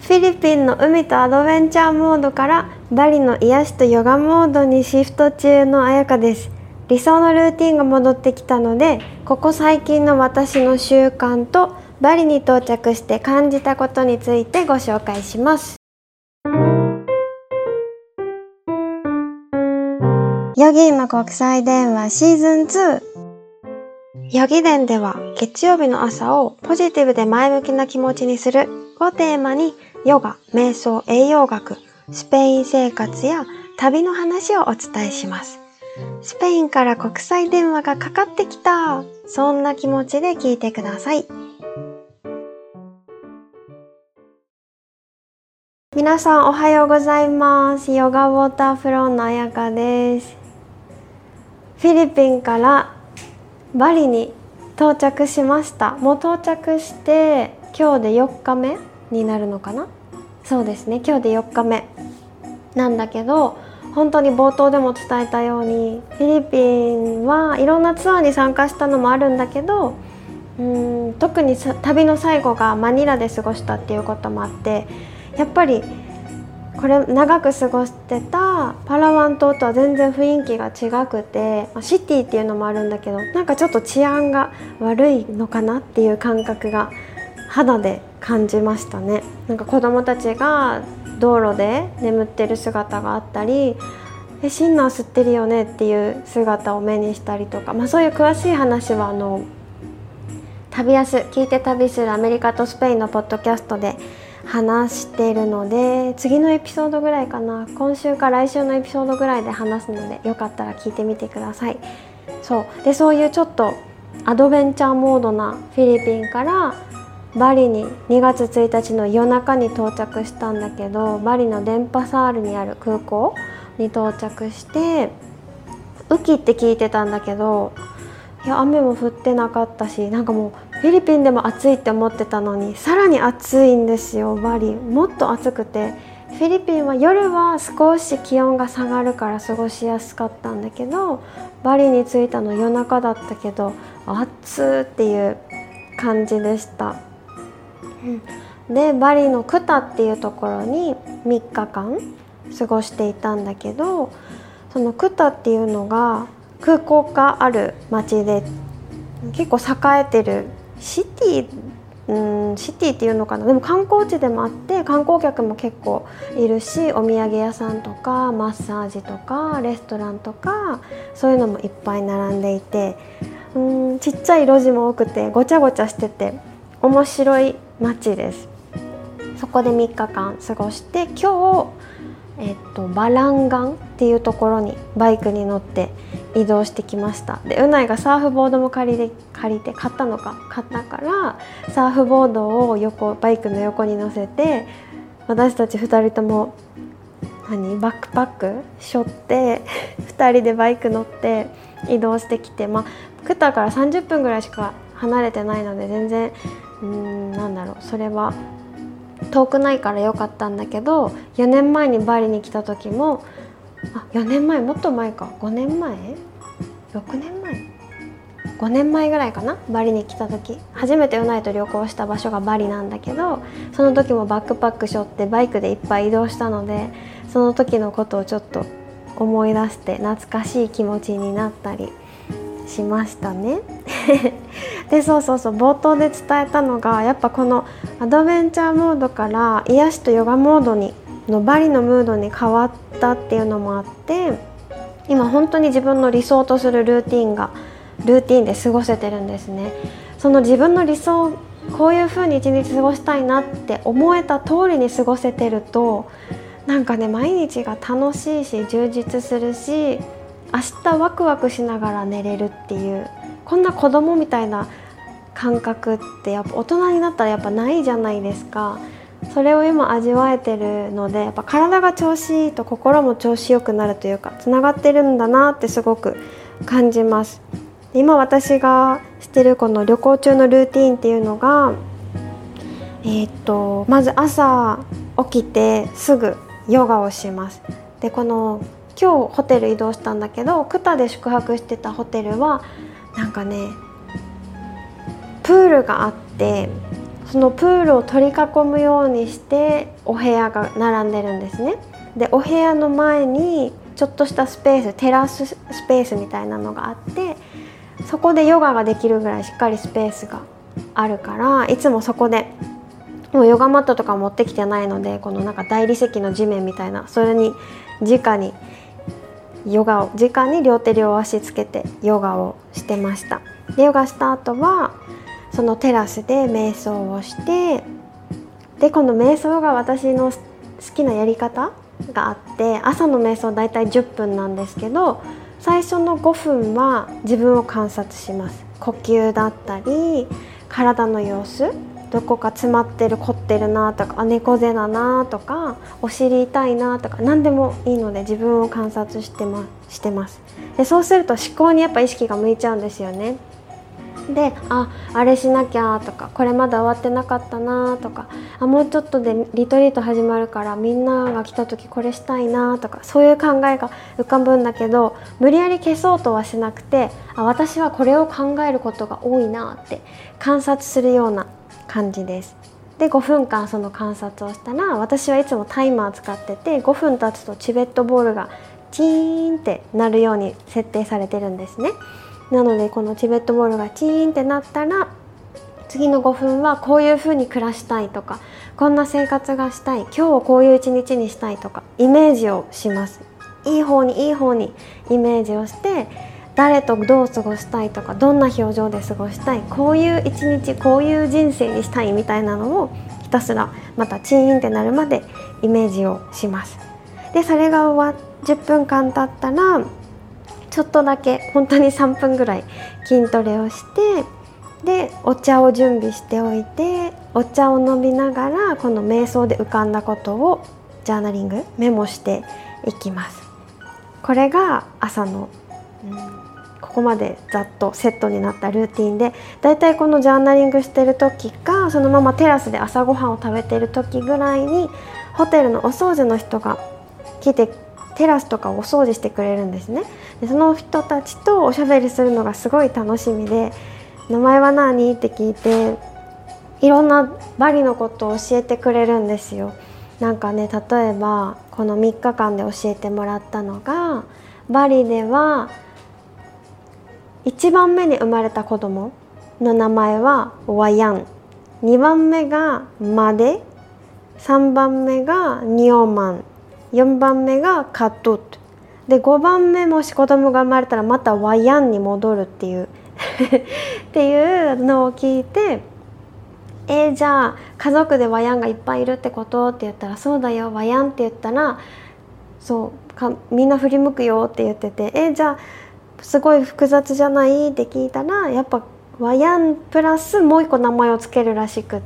フィリピンの海とアドベンチャーモードからバリの癒しとヨガモードにシフト中の彩香です。理想のルーティンが戻ってきたので、ここ最近の私の習慣とバリに到着して感じたことについてご紹介します。ヨギーの国際電話シーズン2。ヨギ伝では月曜日の朝をポジティブで前向きな気持ちにするをテーマにヨガ、瞑想、栄養学、スペイン生活や旅の話をお伝えします。スペインから国際電話がかかってきた、そんな気持ちで聞いてください。皆さんおはようございます。ヨガウォーターフローの彩香です。フィリピンからバリに到着しました。もう到着して今日で4日目になるのかな。そうですね、今日で4日目なんだけど、本当に冒頭でも伝えたようにフィリピンはいろんなツアーに参加したのもあるんだけど、特に旅の最後がマニラで過ごしたっていうこともあって、やっぱりこれ長く過ごしてたパラワン島とは全然雰囲気が違くて、シティっていうのもあるんだけど、なんかちょっと治安が悪いのかなっていう感覚が肌で感じましたね。なんか子供たちが道路で眠ってる姿があったり、シンナー吸ってるよねっていう姿を目にしたりとか、そういう詳しい話は旅安聞いて旅するアメリカとスペインのポッドキャストで話しているので、次のエピソードぐらいかな、今週か来週のエピソードぐらいで話すので、よかったら聞いてみてください。そういうちょっとアドベンチャーモードなフィリピンからバリに2月1日の夜中に到着したんだけど、バリのデンパサールにある空港に到着して、雨季って聞いてたんだけど、いや雨も降ってなかったし、なんかもうフィリピンでも暑いって思ってたのにさらに暑いんですよ。バリもっと暑くて、フィリピンは夜は少し気温が下がるから過ごしやすかったんだけど、バリに着いたの夜中だったけど暑っていう感じでした。でバリのクタっていうところに3日間過ごしていたんだけど、そのクタっていうのが空港がある町で結構栄えてるシティっていうのかな。でも観光地でもあって、観光客も結構いるし、お土産屋さんとかマッサージとかレストランとかそういうのもいっぱい並んでいて、ちっちゃい路地も多くてごちゃごちゃしてて面白い街です。そこで3日間過ごして、今日バランガンっていうところにバイクに乗って移動してきました。で、うないがサーフボードも借りて買ったからサーフボードをバイクの横に乗せて、私たち2人ともバックパック背負って2人でバイク乗って移動してきて、クタから30分ぐらいしか離れてないので全然それは遠くないから良かったんだけど、4年前にバリに来た時も4年前もっと前か、5年前6年前5年前ぐらいかな、バリに来た時初めてうないと旅行した場所がバリなんだけど、その時もバックパック背負ってバイクでいっぱい移動したので、その時のことをちょっと思い出して懐かしい気持ちになったりしましたねで冒頭で伝えたのが、やっぱこのアドベンチャーモードから癒しとヨガモードのバリのムードに変わったっていうのもあって、今本当に自分の理想とするルーティンで過ごせてるんですね。その自分の理想、こういう風に一日過ごしたいなって思えた通りに過ごせてると、なんかね、毎日が楽しいし充実するし、明日ワクワクしながら寝れるっていう、こんな子供みたいな感覚ってやっぱ大人になったらやっぱないじゃないですか。それを今味わえてるので、やっぱ体が調子いいと心も調子よくなるというか、つながってるんだなってすごく感じます。今私がしてるこの旅行中のルーティーンっていうのが、まず朝起きてすぐヨガをします。で、今日ホテル移動したんだけど、クタで宿泊してたホテルはなんかね、プールがあってそのプールを取り囲むようにしてお部屋が並んでるんですね。でお部屋の前にちょっとしたスペース、テラススペースみたいなのがあって、そこでヨガができるぐらいしっかりスペースがあるから、いつもそこでもうヨガマットとか持ってきてないので、このなんか大理石の地面みたいな、それに直に両手両足つけてヨガをしてました。でヨガした後はそのテラスで瞑想をして、でこの瞑想が私の好きなやり方があって、朝の瞑想だいたい10分なんですけど、最初の5分は自分を観察します。呼吸だったり体の様子、どこか詰まってる、凝ってるなとか、猫背だなとか、お尻痛いなとか、何でもいいので自分を観察してます。でそうすると思考にやっぱ意識が向いちゃうんですよね。であれしなきゃとか、これまだ終わってなかったなとか、もうちょっとでリトリート始まるからみんなが来た時これしたいなとか、そういう考えが浮かぶんだけど、無理やり消そうとはしなくて、私はこれを考えることが多いなって観察するような感じです。で5分間その観察をしたら、私はいつもタイマー使ってて、5分経つとチベットボールがチーンって鳴るように設定されてるんですね。なのでこのチベットボールがチーンってなったら、次の5分はこういう風に暮らしたいとか、こんな生活がしたい、今日をこういう一日にしたいとか、イメージをします。いい方にイメージをして、誰とどう過ごしたいとか、どんな表情で過ごしたい、こういう一日、こういう人生にしたいみたいなのをひたすらまたチーンってなるまでイメージをします。でそれが終わっ10分間経ったら、ちょっとだけ本当に3分ぐらい筋トレをして、でお茶を準備しておいて、お茶を飲みながらこの瞑想で浮かんだことをジャーナリングメモしていきます。これが朝の、ここまでざっとセットになったルーティンで、だいたいこのジャーナリングしてる時か、そのままテラスで朝ごはんを食べてる時ぐらいにホテルのお掃除の人が来てテラスとかをお掃除してくれるんですね。でその人たちとおしゃべりするのがすごい楽しみで、名前は何って聞いて、いろんなバリのことを教えてくれるんですよ。なんかね、例えばこの3日間で教えてもらったのが、バリでは1番目に生まれた子供の名前はワヤン、2番目がマデ、3番目がニオマン、4番目がカトゥトで、5番目もし子供が生まれたらまたワヤンに戻るっていうっていうのを聞いて、じゃあ家族でワヤンがいっぱいいるってことって言ったら、そうだよ、ワヤンって言ったらみんな振り向くよって言ってて、じゃあすごい複雑じゃないって聞いたら、やっぱワヤンプラスもう一個名前をつけるらしくって、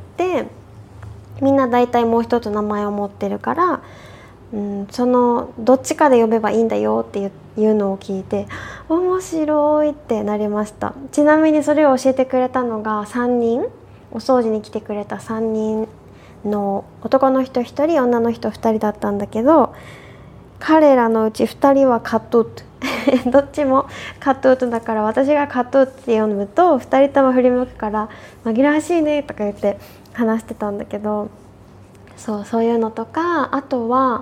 みんな大体もう一つ名前を持ってるから、そのどっちかで呼べばいいんだよっていうのを聞いて、面白いってなりました。ちなみにそれを教えてくれたのが3人、お掃除に来てくれた3人の男の人1人、女の人2人だったんだけど、彼らのうち2人はカトゥットどっちもカトゥットだから、私がカトゥットって読むと2人とも振り向くから紛らわしいねとか言って話してたんだけど、そういうのとか、あとは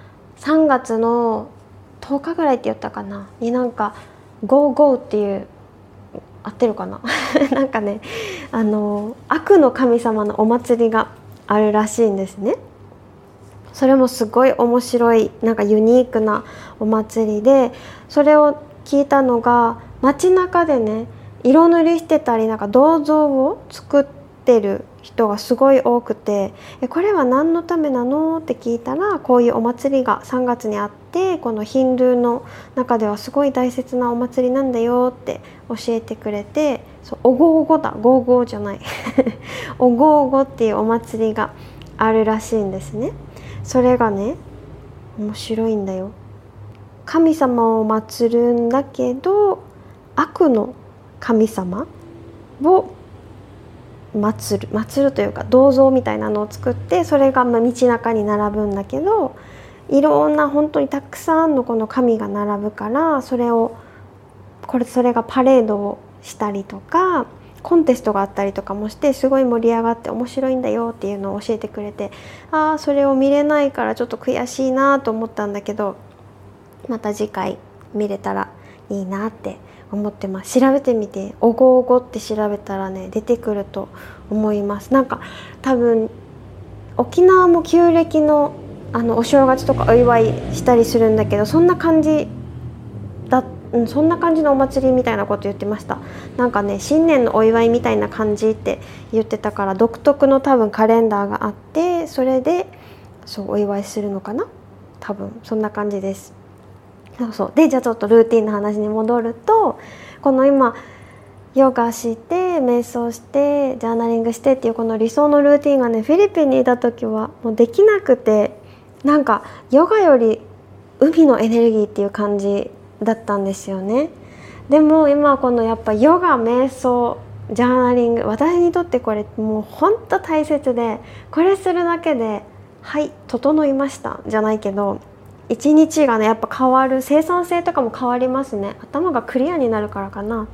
3月の10日ぐらいって言ったかなに、なんかゴーゴーっていう合ってるかななんかね、悪の神様のお祭りがあるらしいんですね。それもすごい面白い、なんかユニークなお祭りで、それを聞いたのが街中でね、色塗りしてたり、なんか銅像を作ってる人がすごい多くて、これは何のためなのって聞いたら、こういうお祭りが3月にあって、このヒンドゥーの中ではすごい大切なお祭りなんだよって教えてくれて、おごおごだ、ゴーゴーじゃないおごおごっていうお祭りがあるらしいんですね。それがね、面白いんだよ。神様を祀るんだけど、悪の神様を祀るというか、銅像みたいなのを作って、それが道中に並ぶんだけど、いろんな本当にたくさんのこの神が並ぶから、それがパレードをしたりとか、 コンテストがあったりとかもして、すごい盛り上がって面白いんだよっていうのを教えてくれて、それを見れないからちょっと悔しいなと思ったんだけど、また次回見れたらいいなって思ってます。調べてみて、おごおごって調べたらね出てくると思います。なんか多分沖縄も旧暦のお正月とかお祝いしたりするんだけど、そんな感じのお祭りみたいなこと言ってました。なんかね、新年のお祝いみたいな感じって言ってたから、独特の多分カレンダーがあって、それでお祝いするのかな、多分そんな感じです。で、じゃあちょっとルーティンの話に戻ると、この今ヨガして瞑想してジャーナリングしてっていうこの理想のルーティンがね、フィリピンにいた時はもうできなくて、なんかヨガより海のエネルギーっていう感じだったんですよね。でも今このやっぱヨガ、瞑想、ジャーナリング、私にとってこれもうほんと大切で、これするだけではい整いましたじゃないけど、一日がねやっぱ変わる、生産性とかも変わりますね。頭がクリアになるからかな。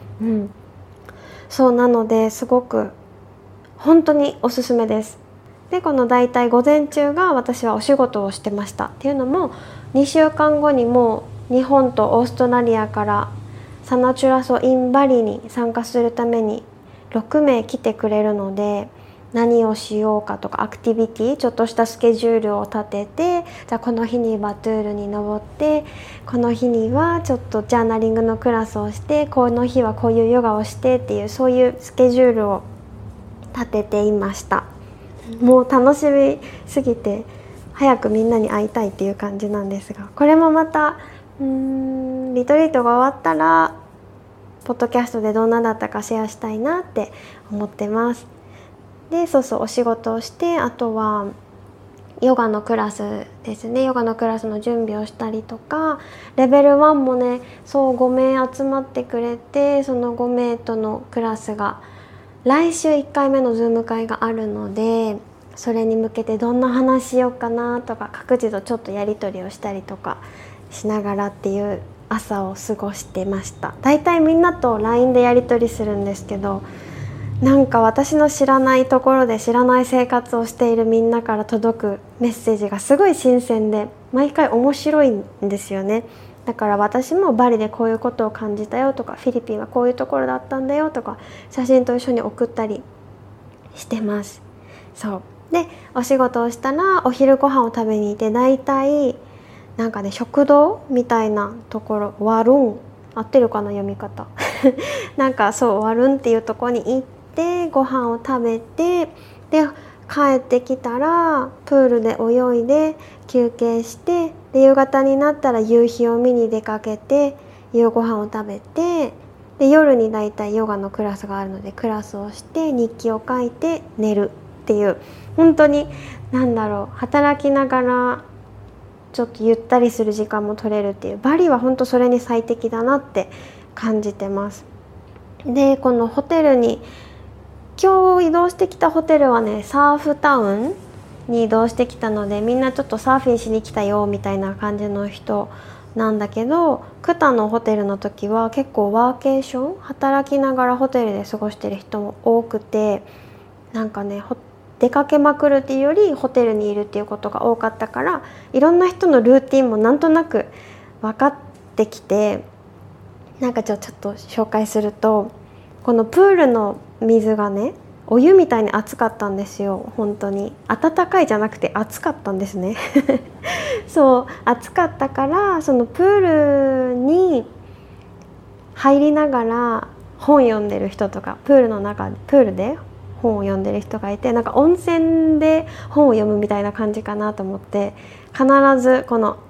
そうなのですごく本当におすすめです。でこのだいたい午前中が私はお仕事をしてました。っていうのも2週間後にも日本とオーストラリアからサナチュラソインバリに参加するために6名来てくれるので、何をしようかとかアクティビティ、ちょっとしたスケジュールを立てて、じゃあこの日にバトゥールに登って、この日にはちょっとジャーナリングのクラスをして、この日はこういうヨガをしてっていう、そういうスケジュールを立てていました。もう楽しみすぎて早くみんなに会いたいっていう感じなんですが、これもまたリトリートが終わったらポッドキャストでどんなだったかシェアしたいなって思ってます。でお仕事をして、あとはヨガのクラスですね。ヨガのクラスの準備をしたりとか、レベル1もね5名集まってくれて、その5名とのクラスが来週1回目のズーム会があるので、それに向けてどんな話しようかなとか、各自とちょっとやり取りをしたりとかしながらっていう朝を過ごしてました。だいたいみんなと LINE でやり取りするんですけど、なんか私の知らないところで知らない生活をしているみんなから届くメッセージがすごい新鮮で、毎回面白いんですよね。だから私もバリでこういうことを感じたよとか、フィリピンはこういうところだったんだよとか、写真と一緒に送ったりしてます。でお仕事をしたらお昼ご飯を食べに行って、だいたいなんかね食堂みたいなところ、ワルン合ってるかな読み方なんかワルンっていうところに行ってご飯を食べて、で帰ってきたらプールで泳いで休憩して、で夕方になったら夕日を見に出かけて夕ご飯を食べて、で夜にだいたいヨガのクラスがあるのでクラスをして日記を書いて寝るっていう、本当に働きながらちょっとゆったりする時間も取れるっていう、バリは本当それに最適だなって感じてます。でこのホテルに今日移動してきたホテルはね、サーフタウンに移動してきたので、みんなちょっとサーフィンしに来たよみたいな感じの人なんだけど、クタのホテルの時は結構ワーケーション、働きながらホテルで過ごしてる人も多くて、なんかね出かけまくるっていうよりホテルにいるっていうことが多かったから、いろんな人のルーティンもなんとなく分かってきて、なんかちょっと紹介すると、このプールの水がねお湯みたいに熱かったんですよ。本当に温かいじゃなくて熱かったんですね熱かったから、そのプールに入りながら本読んでる人とか、プールで本を読んでる人がいて、なんか温泉で本を読むみたいな感じかなと思って、必ずこの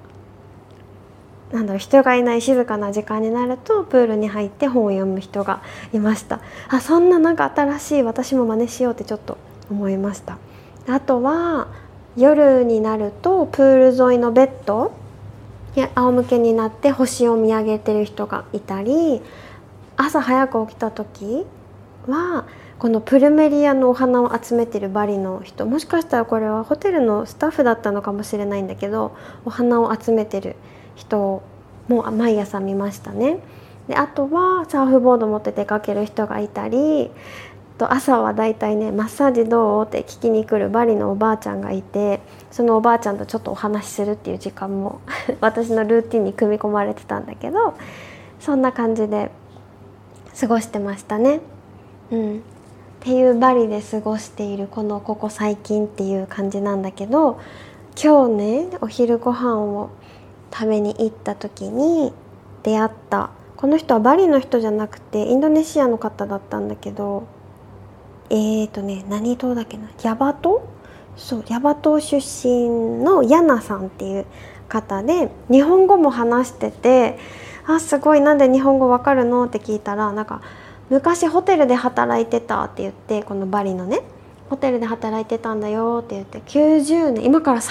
人がいない静かな時間になるとプールに入って本を読む人がいました。そんななんか新しい、私も真似しようってちょっと思いました。あとは夜になるとプール沿いのベッド仰向けになって星を見上げてる人がいたり、朝早く起きた時はこのプルメリアのお花を集めてるバリの人、もしかしたらこれはホテルのスタッフだったのかもしれないんだけど、お花を集めてる人も毎朝見ましたね。 であとはサーフボード持って出かける人がいたり、朝はだいたいねマッサージどうって聞きに来るバリのおばあちゃんがいて、そのおばあちゃんとちょっとお話しするっていう時間も私のルーティンに組み込まれてたんだけど、そんな感じで過ごしてましたね。っていうバリで過ごしているここ最近っていう感じなんだけど、今日ねお昼ご飯を食べに行った時に出会った、この人はバリの人じゃなくてインドネシアの方だったんだけど、何島だっけな、ヤバ島、そうヤバ島出身のヤナさんっていう方で、日本語も話してて、すごい、なんで日本語わかるのって聞いたら、なんか昔ホテルで働いてたって言って、このバリのねホテルで働いてたんだよって言って、90年今から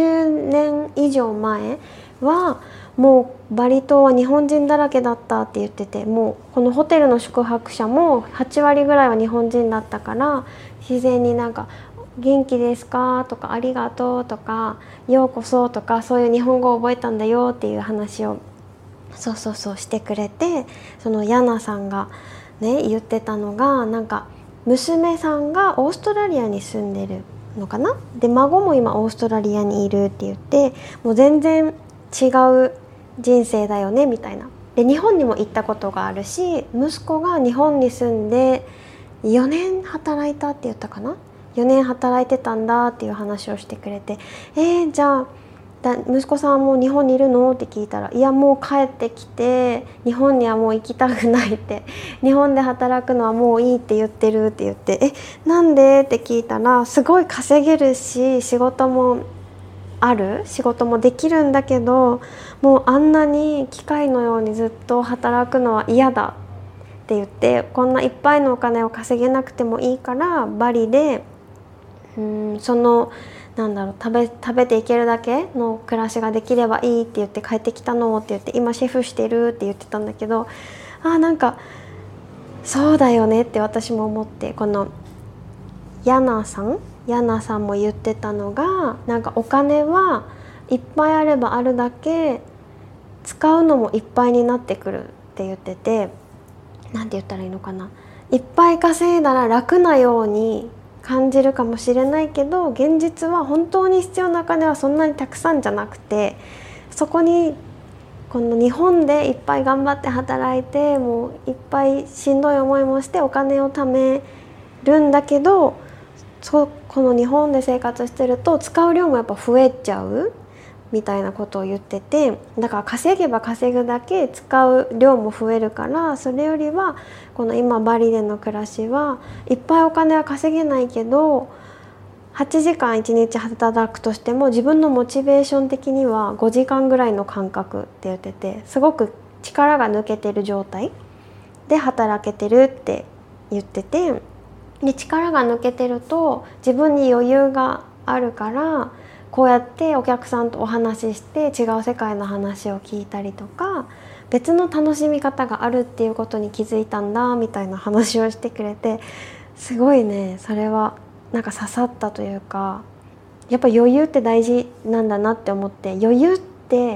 30年以上前はもうバリ島は日本人だらけだったって言ってて、もうこのホテルの宿泊者も8割ぐらいは日本人だったから、自然になんか元気ですかとかありがとうとかようこそとか、そういう日本語を覚えたんだよっていう話をそうしてくれて、そのヤナさんがね言ってたのが、なんか娘さんがオーストラリアに住んでるのかな、で孫も今オーストラリアにいるって言って、もう全然違う人生だよねみたいな。で日本にも行ったことがあるし、息子が日本に住んで4年働いたって言ったかな、4年働いてたんだっていう話をしてくれて、じゃあ息子さんも日本にいるのって聞いたら、いやもう帰ってきて日本にはもう行きたくないって、日本で働くのはもういいって言ってるって言って、なんでって聞いたら、すごい稼げるし仕事もできるんだけど、もうあんなに機械のようにずっと働くのは嫌だって言って、こんないっぱいのお金を稼げなくてもいいからバリでその食べていけるだけの暮らしができればいいって言って帰ってきたのって言って、今シェフしてるって言ってたんだけど、なんかそうだよねって私も思って、このヤナさんも言ってたのが、なんかお金はいっぱいあればあるだけ使うのもいっぱいになってくるって言ってて、なんて言ったらいいのかな、いっぱい稼いだら楽なように感じるかもしれないけど、現実は本当に必要なお金はそんなにたくさんじゃなくて、そこにこの日本でいっぱい頑張って働いて、もういっぱいしんどい思いもしてお金を貯めるんだけど、この日本で生活してると使う量もやっぱ増えちゃうみたいなことを言ってて、だから稼げば稼ぐだけ使う量も増えるから、それよりはこの今バリでの暮らしはいっぱいお金は稼げないけど、8時間1日働くとしても自分のモチベーション的には5時間ぐらいの感覚って言ってて、すごく力が抜けてる状態で働けてるって言ってて、で力が抜けてると自分に余裕があるから、こうやってお客さんとお話しして違う世界の話を聞いたりとか、別の楽しみ方があるっていうことに気づいたんだみたいな話をしてくれて、すごいねそれはなんか刺さったというか、やっぱ余裕って大事なんだなって思って、余裕って、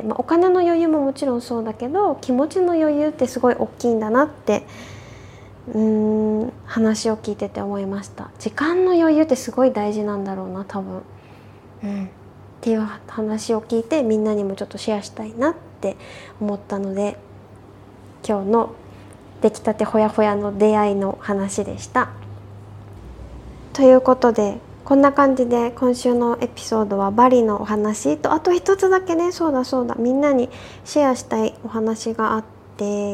お金の余裕ももちろんそうだけど、気持ちの余裕ってすごい大きいんだなって話を聞いてて思いました。時間の余裕ってすごい大事なんだろうな多分、っていう話を聞いて、みんなにもちょっとシェアしたいなって思ったので、今日の出来たてほやほやの出会いの話でした。ということでこんな感じで今週のエピソードはバリのお話と、あと一つだけね、そうだみんなにシェアしたいお話があって、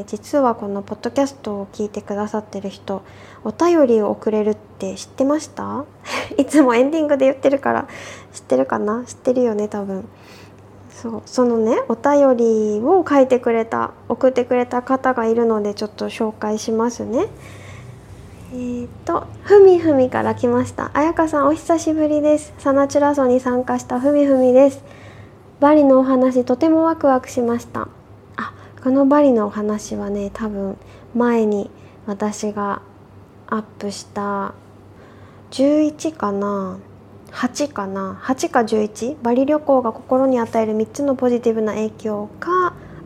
実はこのポッドキャストを聞いてくださってる人、お便りを送れるって知ってましたいつもエンディングで言ってるから知ってるかな、知ってるよね多分。そのねお便りを送ってくれた方がいるので、ちょっと紹介しますね。ふみふみから来ました。あやかさんお久しぶりです。サナチュラソに参加したふみふみです。バリのお話とてもワクワクしました。このバリのお話はね、多分前に私がアップした11かな8か11、バリ旅行が心に与える3つのポジティブな影響か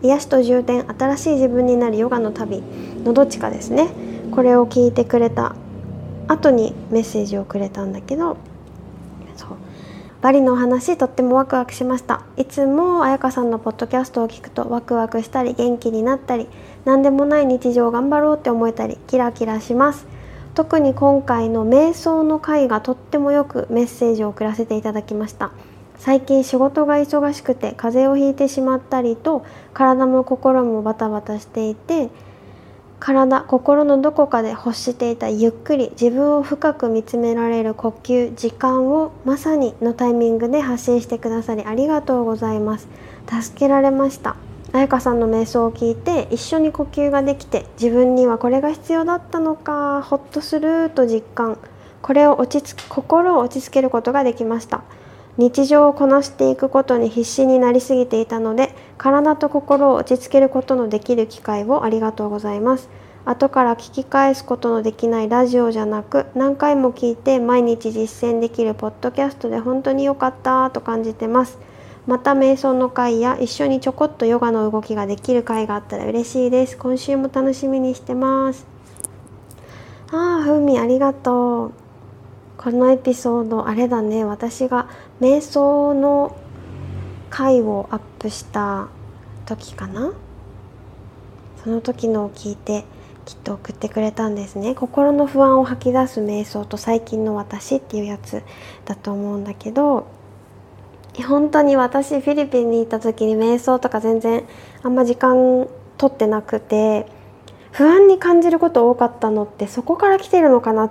癒しと充電、新しい自分になるヨガの旅のどっちかですね。これを聞いてくれた後にメッセージをくれたんだけど、そうバリのお話とってもワクワクしました。いつも彩香さんのポッドキャストを聞くとワクワクしたり元気になったり、何でもない日常を頑張ろうって思えたりキラキラします。特に今回の瞑想の回がとってもよくメッセージを送らせていただきました。最近仕事が忙しくて風邪をひいてしまったりと、体も心もバタバタしていて、心のどこかで欲していたゆっくり自分を深く見つめられる呼吸、時間をまさにのタイミングで発信してくださりありがとうございます。助けられました。彩香さんの瞑想を聞いて一緒に呼吸ができて、自分にはこれが必要だったのか、ほっとすると実感、心を落ち着けることができました。日常をこなしていくことに必死になりすぎていたので、体と心を落ち着けることのできる機会をありがとうございます。後から聞き返すことのできないラジオじゃなく、何回も聞いて毎日実践できるポッドキャストで本当に良かったと感じてます。また瞑想の会や一緒にちょこっとヨガの動きができる会があったら嬉しいです。今週も楽しみにしてます。ふみありがとう。このエピソードあれだね、私が瞑想の回をアップした時かな、その時のを聞いてきっと送ってくれたんですね。心の不安を吐き出す瞑想と最近の私っていうやつだと思うんだけど、本当に私フィリピンに行った時に瞑想とか全然あんま時間取ってなくて、不安に感じること多かったのってそこから来てるのかなって、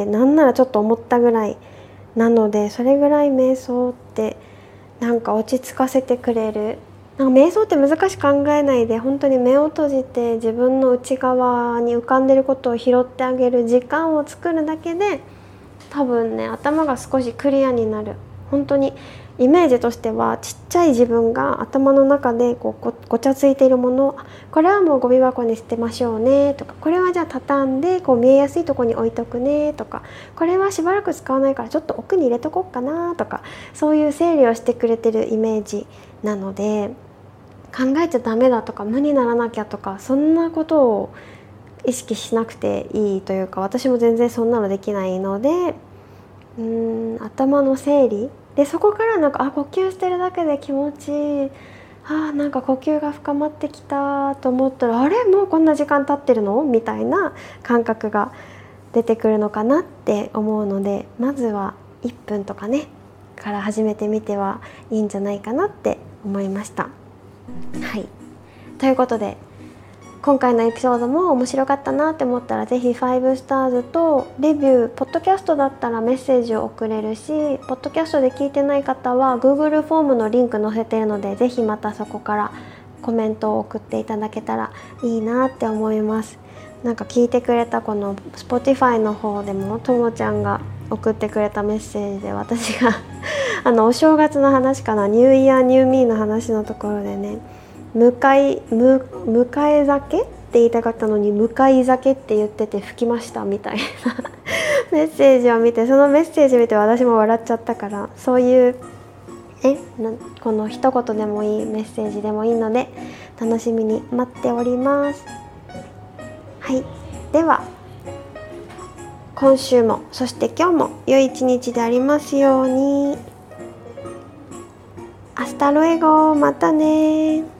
なんならちょっと思ったぐらいなので、それぐらい瞑想ってなんか落ち着かせてくれる。なんか瞑想って難しく考えないで、本当に目を閉じて自分の内側に浮かんでることを拾ってあげる時間を作るだけで、多分ね、頭が少しクリアになる。本当にイメージとしては、ちっちゃい自分が頭の中でごちゃついているもの、これはもうゴミ箱に捨てましょうねとか、これはじゃあ畳んで見えやすいところに置いとくねとか、これはしばらく使わないからちょっと奥に入れとこうかなとか、そういう整理をしてくれてるイメージなので、考えちゃダメだとか無にならなきゃとか、そんなことを意識しなくていいというか、私も全然そんなのできないので、頭の整理で、そこからなんか呼吸してるだけで気持ちいい、なんか呼吸が深まってきたと思ったら、あれもうこんな時間経ってるのみたいな感覚が出てくるのかなって思うので、まずは1分とかねから始めてみてはいいんじゃないかなって思いました。はい、ということで今回のエピソードも面白かったなって思ったら、ぜひ5スターズとレビュー、ポッドキャストだったらメッセージを送れるし、ポッドキャストで聞いてない方は Google フォームのリンク載せてるので、ぜひまたそこからコメントを送っていただけたらいいなって思います。なんか聞いてくれたこの Spotify の方でもともちゃんが送ってくれたメッセージで、私がお正月の話かな、ニューイヤーニューミーの話のところでね、迎え酒って言いたかったのに向かい酒って言ってて吹きましたみたいなメッセージを見て、そのメッセージを見て私も笑っちゃったから、そういうこの一言でもいい、メッセージでもいいので楽しみに待っております。はい、では今週もそして今日も良い一日でありますように。アスタルエゴ、またね。